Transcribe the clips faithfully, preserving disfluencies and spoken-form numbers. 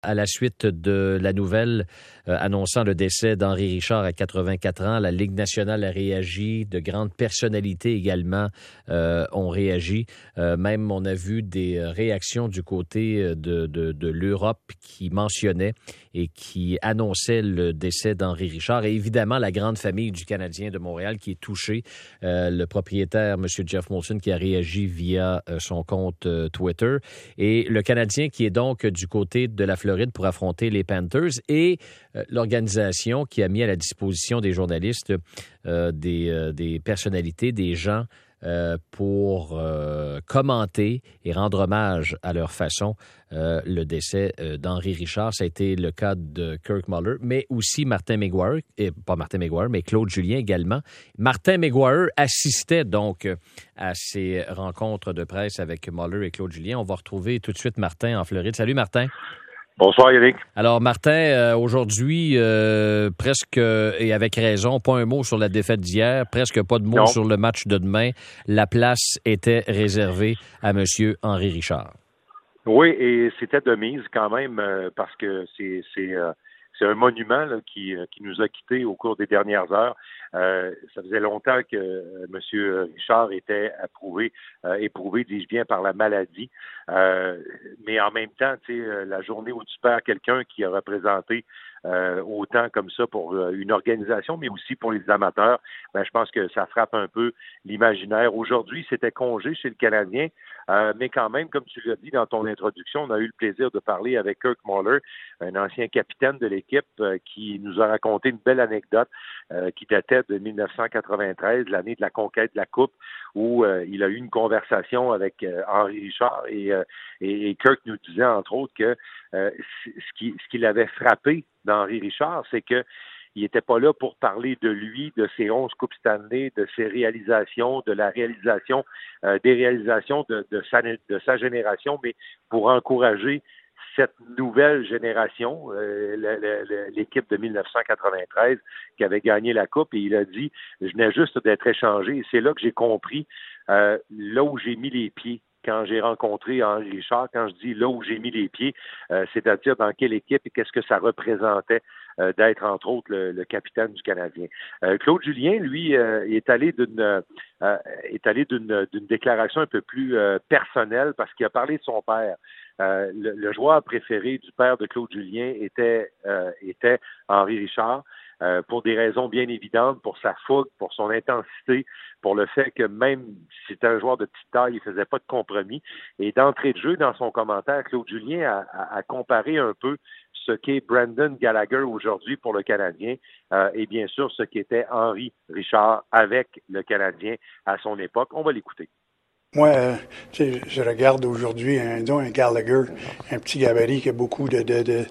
À la suite de la nouvelle euh, annonçant le décès d'Henri Richard à quatre-vingt-quatre ans, la Ligue nationale a réagi, de grandes personnalités également euh, ont réagi. Euh, même on a vu des réactions du côté de, de, de l'Europe qui mentionnaient et qui annonçaient le décès d'Henri Richard. Et évidemment, la grande famille du Canadien de Montréal qui est touchée. Euh, le propriétaire, M. Jeff Molson, qui a réagi via euh, son compte euh, Twitter. Et le Canadien qui est donc du côté de la Floride pour affronter les Panthers et euh, l'organisation qui a mis à la disposition des journalistes, euh, des, euh, des personnalités, des gens euh, pour euh, commenter et rendre hommage à leur façon euh, le décès euh, d'Henri Richard. Ça a été le cas de Kirk Muller, mais aussi Martin McGuire, et pas Martin McGuire, mais Claude Julien également. Martin McGuire assistait donc à ces rencontres de presse avec Muller et Claude Julien. On va retrouver tout de suite Martin en Floride. Salut Martin. Bonsoir, Yannick. Alors, Martin, euh, aujourd'hui, euh, presque, et avec raison, pas un mot sur la défaite d'hier, presque pas de mots non. sur le match de demain. La place était réservée à M. Henri Richard. Oui, et c'était de mise quand même, euh, parce que c'est c'est euh, c'est un monument là, qui, qui nous a quittés au cours des dernières heures. Euh, ça faisait longtemps que euh, M. Richard était approuvé, euh, éprouvé, dis-je bien, par la maladie. Euh, mais en même temps, tu sais, la journée où tu perds quelqu'un qui a représenté euh, autant comme ça pour euh, une organisation, mais aussi pour les amateurs, ben, je pense que ça frappe un peu l'imaginaire. Aujourd'hui, c'était congé chez le Canadien, euh, mais quand même, comme tu l'as dit dans ton introduction, on a eu le plaisir de parler avec Kirk Muller, un ancien capitaine de l'équipe, euh, qui nous a raconté une belle anecdote euh, qui datait de dix-neuf cent quatre-vingt-treize, l'année de la conquête de la Coupe, où euh, il a eu une conversation avec euh, Henri Richard et, euh, et, et Kirk nous disait entre autres que euh, ce qui, ce qui l'avait frappé d'Henri Richard, c'est que il n'était pas là pour parler de lui, de ses onze Coupes Stanley, de ses réalisations, de la réalisation, euh, des réalisations de, de, sa, de sa génération, mais pour encourager cette nouvelle génération, euh, le, le, l'équipe de dix-neuf cent quatre-vingt-treize qui avait gagné la Coupe, et il a dit, je venais juste d'être échangé, et c'est là que j'ai compris euh, là où j'ai mis les pieds. Quand j'ai rencontré Henri Richard, quand je dis là où j'ai mis les pieds, euh, c'est-à-dire dans quelle équipe et qu'est-ce que ça représentait euh, d'être, entre autres, le, le capitaine du Canadien. Euh, Claude Julien, lui, euh, est allé d'une euh, est allé d'une, d'une déclaration un peu plus euh, personnelle parce qu'il a parlé de son père. Euh, le, le joueur préféré du père de Claude Julien était, euh, était Henri Richard. Euh, pour des raisons bien évidentes, pour sa fougue, pour son intensité, pour le fait que même si c'était un joueur de petite taille, il faisait pas de compromis. Et d'entrée de jeu, dans son commentaire, Claude Julien a, a, a comparé un peu ce qu'est Brendan Gallagher aujourd'hui pour le Canadien euh, et bien sûr ce qu'était Henri Richard avec le Canadien à son époque. On va l'écouter. Moi, euh, je regarde aujourd'hui un, disons, un Gallagher, un petit gabarit qui a beaucoup de... de, de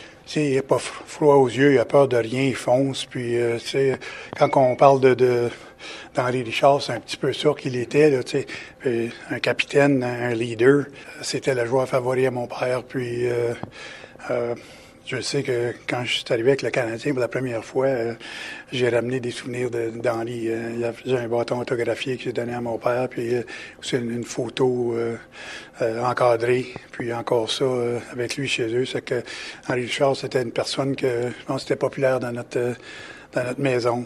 il n'a pas froid aux yeux, il a peur de rien, il fonce. Puis, euh, quand on parle de, de d'Henri Richard, c'est un petit peu ça qu'il était, là, puis, un capitaine, un leader. C'était le joueur favori à mon père. Puis, euh, euh, je sais que quand je suis arrivé avec le Canadien pour la première fois, euh, j'ai ramené des souvenirs de, d'Henri. Euh, il y avait un bâton autographié que j'ai donné à mon père, puis euh, aussi une, une photo euh, euh, encadrée, puis encore ça euh, avec lui chez eux. C'est que Henri Richard, c'était une personne que je pense était populaire dans notre euh, dans notre maison.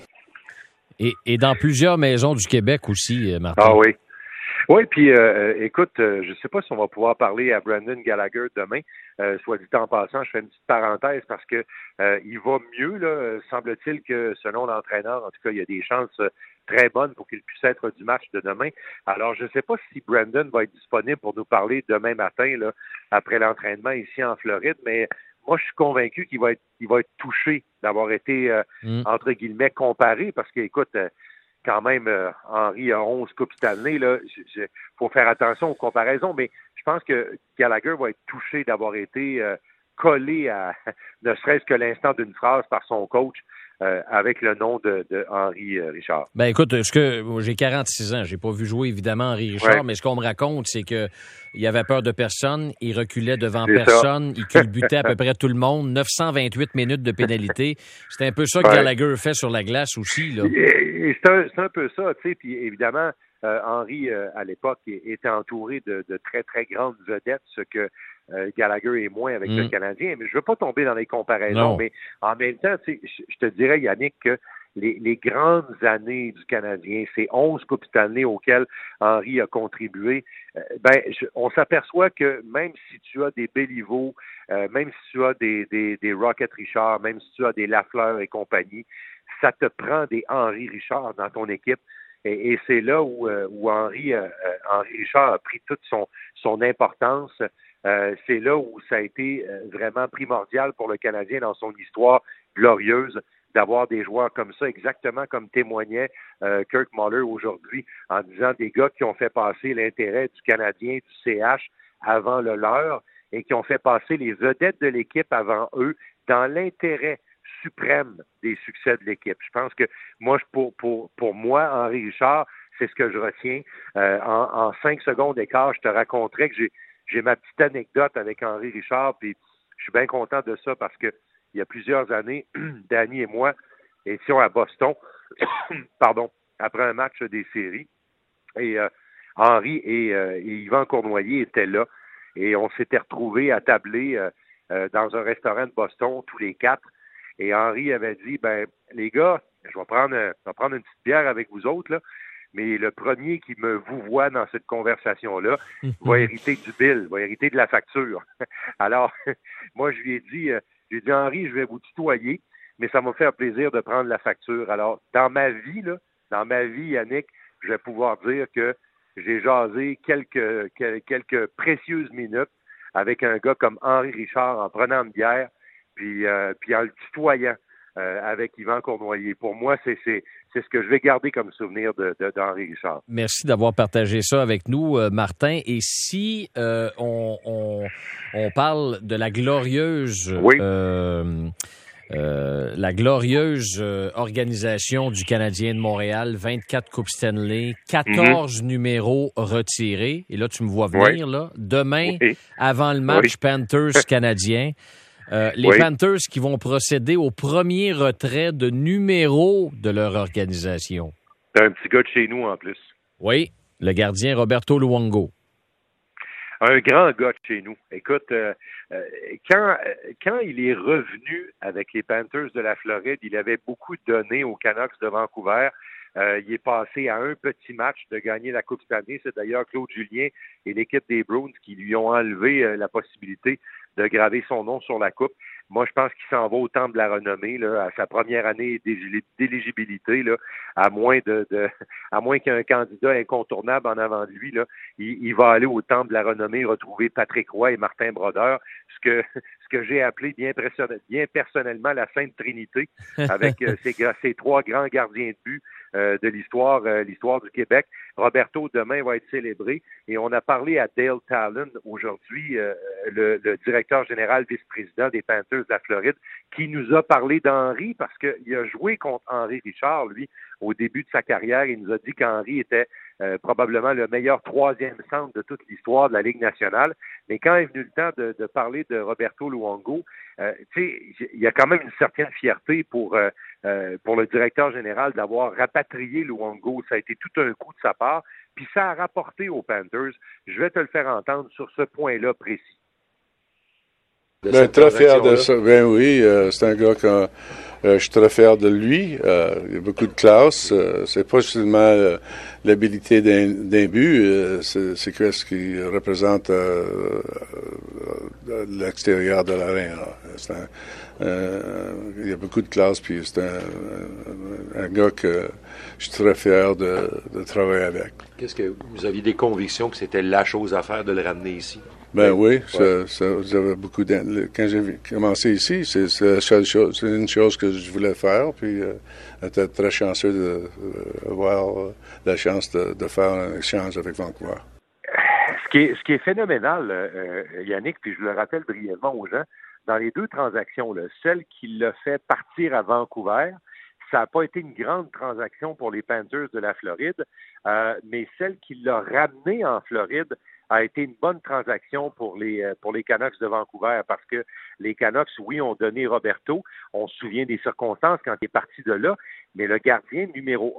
Et, et dans plusieurs maisons du Québec aussi, Martin. Ah oui. Oui, puis euh, écoute, euh, je ne sais pas si on va pouvoir parler à Brendan Gallagher demain. Euh, soit dit en passant, je fais une petite parenthèse parce que euh, il va mieux, là, semble-t-il que selon l'entraîneur, en tout cas, il y a des chances euh, très bonnes pour qu'il puisse être du match de demain. Alors, je ne sais pas si Brendan va être disponible pour nous parler demain matin, là, après l'entraînement ici en Floride, mais moi, je suis convaincu qu'il va être, il va être touché d'avoir été, euh, mm. entre guillemets, comparé parce que, écoute, euh, quand même, euh, Henri a onze Coupes Stanley, là, il faut faire attention aux comparaisons, mais je pense que Gallagher va être touché d'avoir été euh, collé à, ne serait-ce que l'instant d'une phrase par son coach euh, avec le nom de, de Henri euh, Richard. Ben écoute, ce que j'ai quarante-six ans, j'ai pas vu jouer évidemment Henri Richard, ouais. mais ce qu'on me raconte, c'est que il avait peur de personne, il reculait devant c'est personne, ça. Il culbutait à peu près tout le monde, neuf cent vingt-huit minutes de pénalité. C'est un peu ça que ouais. Gallagher fait sur la glace aussi, là. Et, et c'est, un, c'est un peu ça, tu sais, puis évidemment, euh, Henry, euh, à l'époque, était entouré de, de très, très grandes vedettes, ce que euh, Gallagher est moins avec mm. le Canadien. Mais je ne veux pas tomber dans les comparaisons, non. mais en même temps, je, je te dirais, Yannick, que Les, les grandes années du Canadien, ces onze Coupes Stanley auxquelles Henry a contribué, euh, ben, je, on s'aperçoit que même si tu as des Béliveau, euh, même si tu as des, des, des Rocket Richard, même si tu as des Lafleur et compagnie, ça te prend des Henry Richard dans ton équipe. Et, et c'est là où, euh, où Henry, euh, Henry Richard a pris toute son, son importance. Euh, c'est là où ça a été vraiment primordial pour le Canadien dans son histoire glorieuse d'avoir des joueurs comme ça, exactement comme témoignait euh, Kirk Muller aujourd'hui, en disant des gars qui ont fait passer l'intérêt du Canadien, du C H avant le leur, et qui ont fait passer les vedettes de l'équipe avant eux dans l'intérêt suprême des succès de l'équipe. Je pense que moi, pour, pour, pour moi, Henry Richard, c'est ce que je retiens. Euh, en, en cinq secondes d'écart, je te raconterai que j'ai, j'ai ma petite anecdote avec Henry Richard, puis je suis bien content de ça parce que il y a plusieurs années, Danny et moi étions à Boston, pardon, après un match des séries. Et euh, Henry et, euh, et Yvan Cournoyer étaient là. Et on s'était retrouvés attablés euh, euh, dans un restaurant de Boston, tous les quatre. Et Henry avait dit, ben les gars, je vais prendre, je vais prendre une petite bière avec vous autres, là. Mais le premier qui me vous voit dans cette conversation-là va hériter du bill, va hériter de la facture. Alors, moi, je lui ai dit... Euh, J'ai dit, Henry, je vais vous tutoyer, mais ça m'a fait plaisir de prendre la facture. Alors, dans ma vie, là, dans ma vie, Yannick, je vais pouvoir dire que j'ai jasé quelques, quelques précieuses minutes avec un gars comme Henry Richard en prenant une bière, puis, euh, puis en le tutoyant euh, avec Yvan Cournoyer. Pour moi, c'est, c'est, c'est ce que je vais garder comme souvenir de, de, d'Henry Richard. Merci d'avoir partagé ça avec nous, euh, Martin. Et si euh, on, on, on parle de la glorieuse... Oui. Euh, Euh, la glorieuse euh, organisation du Canadien de Montréal, vingt-quatre Coupes Stanley, quatorze mm-hmm. numéros retirés. Et là, tu me vois venir, oui. là. Demain, oui. avant le match oui. Panthers-Canadien, euh, les oui. Panthers qui vont procéder au premier retrait de numéros de leur organisation. C'est un petit gars de chez nous, en plus. Oui, le gardien Roberto Luongo. Un grand gars de chez nous. Écoute, euh, euh, quand, quand il est revenu avec les Panthers de la Floride, il avait beaucoup donné aux Canucks de Vancouver. Euh, il est passé à un petit match de gagner la Coupe Stanley. C'est d'ailleurs Claude Julien et l'équipe des Bruins qui lui ont enlevé euh, la possibilité de graver son nom sur la Coupe. Moi, je pense qu'il s'en va au temple de la renommée, là, à sa première année d'éligibilité, là, à moins de, de à moins qu'il y ait un candidat incontournable en avant de lui, là, il, il va aller au temple de la renommée retrouver Patrick Roy et Martin Brodeur, ce que ce que j'ai appelé bien, bien personnellement la Sainte Trinité, avec euh, ces, ces trois grands gardiens de but euh, de l'histoire, euh, l'histoire du Québec. Roberto, demain, va être célébré. Et on a parlé à Dale Talon aujourd'hui, euh, le, le directeur général vice-président des Panthers de la Floride, qui nous a parlé d'Henry parce qu'il a joué contre Henry Richard, lui, au début de sa carrière. Il nous a dit qu'Henry était euh, probablement le meilleur troisième centre de toute l'histoire de la Ligue nationale. Mais quand est venu le temps de, de parler de Roberto Luongo, euh, tu sais, il y a quand même une certaine fierté pour euh, euh, pour le directeur général d'avoir rapatrié Luongo. Ça a été tout un coup de sa part, puis ça a rapporté aux Panthers. Je vais te le faire entendre sur ce point-là précis. Ben, très fier de ça. Ben oui, euh, c'est un gars que euh, je suis très fier de lui. Euh, il a beaucoup de classe. Euh, c'est pas seulement euh, l'habilité d'un, d'un but, euh, c'est, c'est ce qu'il représente euh, euh, l'extérieur de l'arène. C'est un, euh, il a beaucoup de classe, puis c'est un, un, un gars que je suis très fier de, de travailler avec. Qu'est-ce que vous aviez des convictions que c'était la chose à faire de le ramener ici? Ben oui, oui ça, ça, j'avais beaucoup d'in... Quand j'ai commencé ici, c'est, c'est la seule chose, c'est une chose que je voulais faire, puis euh, j'étais très chanceux d'avoir euh, la chance de, de faire un échange avec Vancouver. Ce qui est, ce qui est phénoménal, euh, Yannick, puis je le rappelle brièvement aux gens, dans les deux transactions, là, celle qui l'a fait partir à Vancouver, ça n'a pas été une grande transaction pour les Panthers de la Floride, euh, mais celle qui l'a ramené en Floride a été une bonne transaction pour les pour les Canucks de Vancouver parce que les Canucks, oui, ont donné Roberto. On se souvient des circonstances quand il est parti de là, mais le gardien numéro un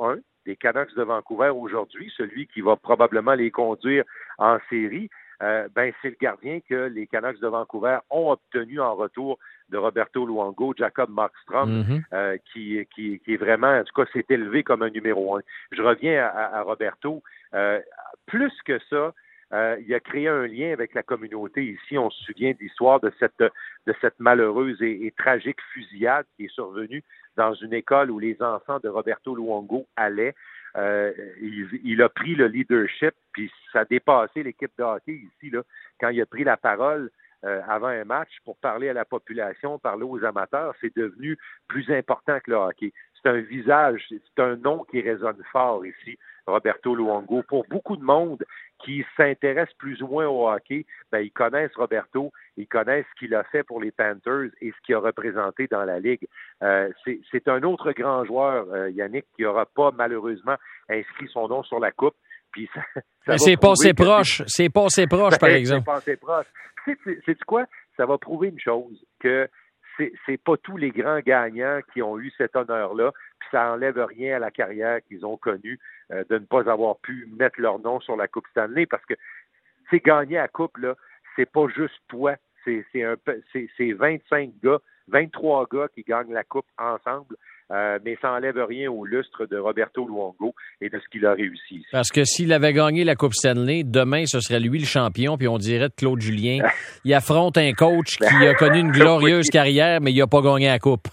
des Canucks de Vancouver aujourd'hui, celui qui va probablement les conduire en série, euh, ben c'est le gardien que les Canucks de Vancouver ont obtenu en retour de Roberto Luongo, Jacob Markstrom, mm-hmm. euh, qui, qui, qui est vraiment, en tout cas, s'est élevé comme un numéro un. Je reviens à, à, à Roberto. Euh, plus que ça, euh, il a créé un lien avec la communauté ici. On se souvient de l'histoire de cette, de cette malheureuse et, et tragique fusillade qui est survenue dans une école où les enfants de Roberto Luongo allaient. Euh, il, il a pris le leadership, puis ça a dépassé l'équipe de hockey ici, là, quand il a pris la parole euh, avant un match pour parler à la population, parler aux amateurs. C'est devenu plus important que le hockey. C'est un visage, c'est un nom qui résonne fort ici, Roberto Luongo. Pour beaucoup de monde qui s'intéresse plus ou moins au hockey, ben, ils connaissent Roberto, ils connaissent ce qu'il a fait pour les Panthers et ce qu'il a représenté dans la Ligue. Euh, c'est, c'est un autre grand joueur, euh, Yannick, qui n'aura pas malheureusement inscrit son nom sur la coupe. Puis ça, ça Mais c'est passé proche, c'est passé proche, par exemple. C'est passé proche. C'est, c'est, c'est quoi? Ça va prouver une chose, que c'est, c'est pas tous les grands gagnants qui ont eu cet honneur-là, puis ça enlève rien à la carrière qu'ils ont connue euh, de ne pas avoir pu mettre leur nom sur la Coupe Stanley, parce que c'est gagner la Coupe, là, c'est pas juste toi, c'est, c'est, un, c'est, c'est vingt-cinq gars, vingt-trois gars qui gagnent la Coupe ensemble. Euh, mais ça n'enlève rien au lustre de Roberto Luongo et de ce qu'il a réussi ici. Parce que s'il avait gagné la Coupe Stanley, demain, ce serait lui le champion, puis on dirait de Claude Julien. Il affronte un coach qui a connu une glorieuse carrière, mais il n'a pas gagné la Coupe.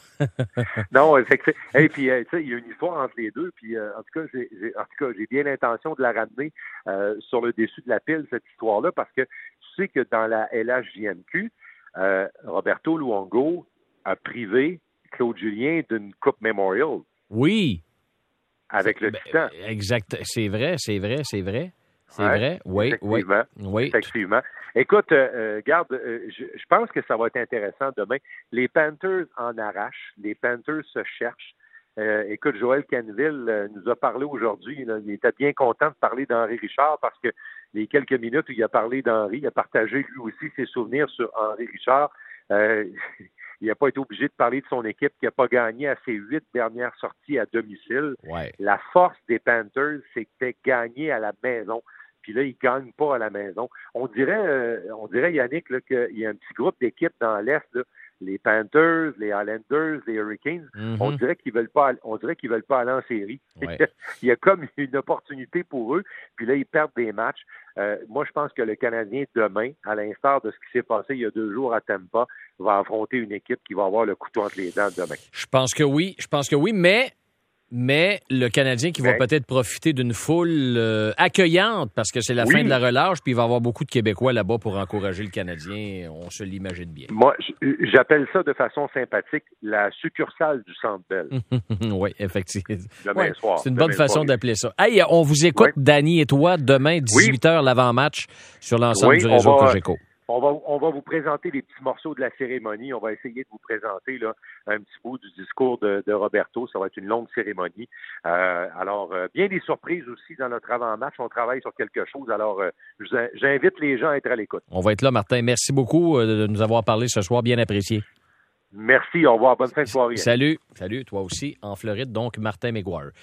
Non, effectivement. Et puis, euh, tu sais, il y a une histoire entre les deux, puis euh, en tout cas, j'ai, j'ai, en tout cas, j'ai bien l'intention de la ramener euh, sur le dessus de la pile, cette histoire-là, parce que tu sais que dans la L H J M Q, euh, Roberto Luongo a privé Claude Julien d'une Coupe Memorial. Oui. Avec le ben, Titan. Exact. C'est vrai, c'est vrai, c'est vrai. C'est ouais, vrai. Oui, oui. oui. Effectivement. Écoute, euh, garde, euh, je, je pense que ça va être intéressant demain. Les Panthers en arrachent. Les Panthers se cherchent. Euh, écoute, Joël Canville euh, nous a parlé aujourd'hui. Là, il était bien content de parler d'Henri Richard parce que les quelques minutes où il a parlé d'Henri, il a partagé lui aussi ses souvenirs sur Henri Richard. Euh, il n'a pas été obligé de parler de son équipe qui n'a pas gagné à ses huit dernières sorties à domicile. Ouais. La force des Panthers, c'est que c'était gagné à la maison. Puis là, ils ne gagnent pas à la maison. On dirait, euh, on dirait Yannick, là, qu'il y a un petit groupe d'équipes dans l'Est, là, les Panthers, les Islanders, les Hurricanes. Mm-hmm. On dirait qu'ils veulent pas, on dirait qu'ils veulent pas aller en série. Ouais. Il y a comme une opportunité pour eux. Puis là, ils perdent des matchs. Euh, moi, je pense que le Canadien, demain, à l'instar de ce qui s'est passé il y a deux jours à Tampa, va affronter une équipe qui va avoir le couteau entre les dents demain. Je pense que oui. Je pense que oui, mais... Mais le Canadien qui va ouais. peut-être profiter d'une foule euh, accueillante parce que c'est la oui. fin de la relâche, puis il va y avoir beaucoup de Québécois là-bas pour encourager le Canadien. On se l'imagine bien. Moi, j'appelle ça de façon sympathique la succursale du Centre Bell. Oui, effectivement. Demain ouais, soir. C'est une bonne façon soir. d'appeler ça. Hey, on vous écoute, ouais. Danny et toi, demain, dix-huit heures, oui. l'avant-match sur l'ensemble oui, du réseau va... Cogeco. On va, on va vous présenter des petits morceaux de la cérémonie. On va essayer de vous présenter là, un petit bout du discours de, de Roberto. Ça va être une longue cérémonie. Euh, alors, euh, bien des surprises aussi dans notre avant-match. On travaille sur quelque chose. Alors, euh, j'invite les gens à être à l'écoute. On va être là, Martin. Merci beaucoup de nous avoir parlé ce soir. Bien apprécié. Merci. Au revoir. Bonne fin de soirée. Salut. Salut. Toi aussi, en Floride. Donc, Martin Maguire.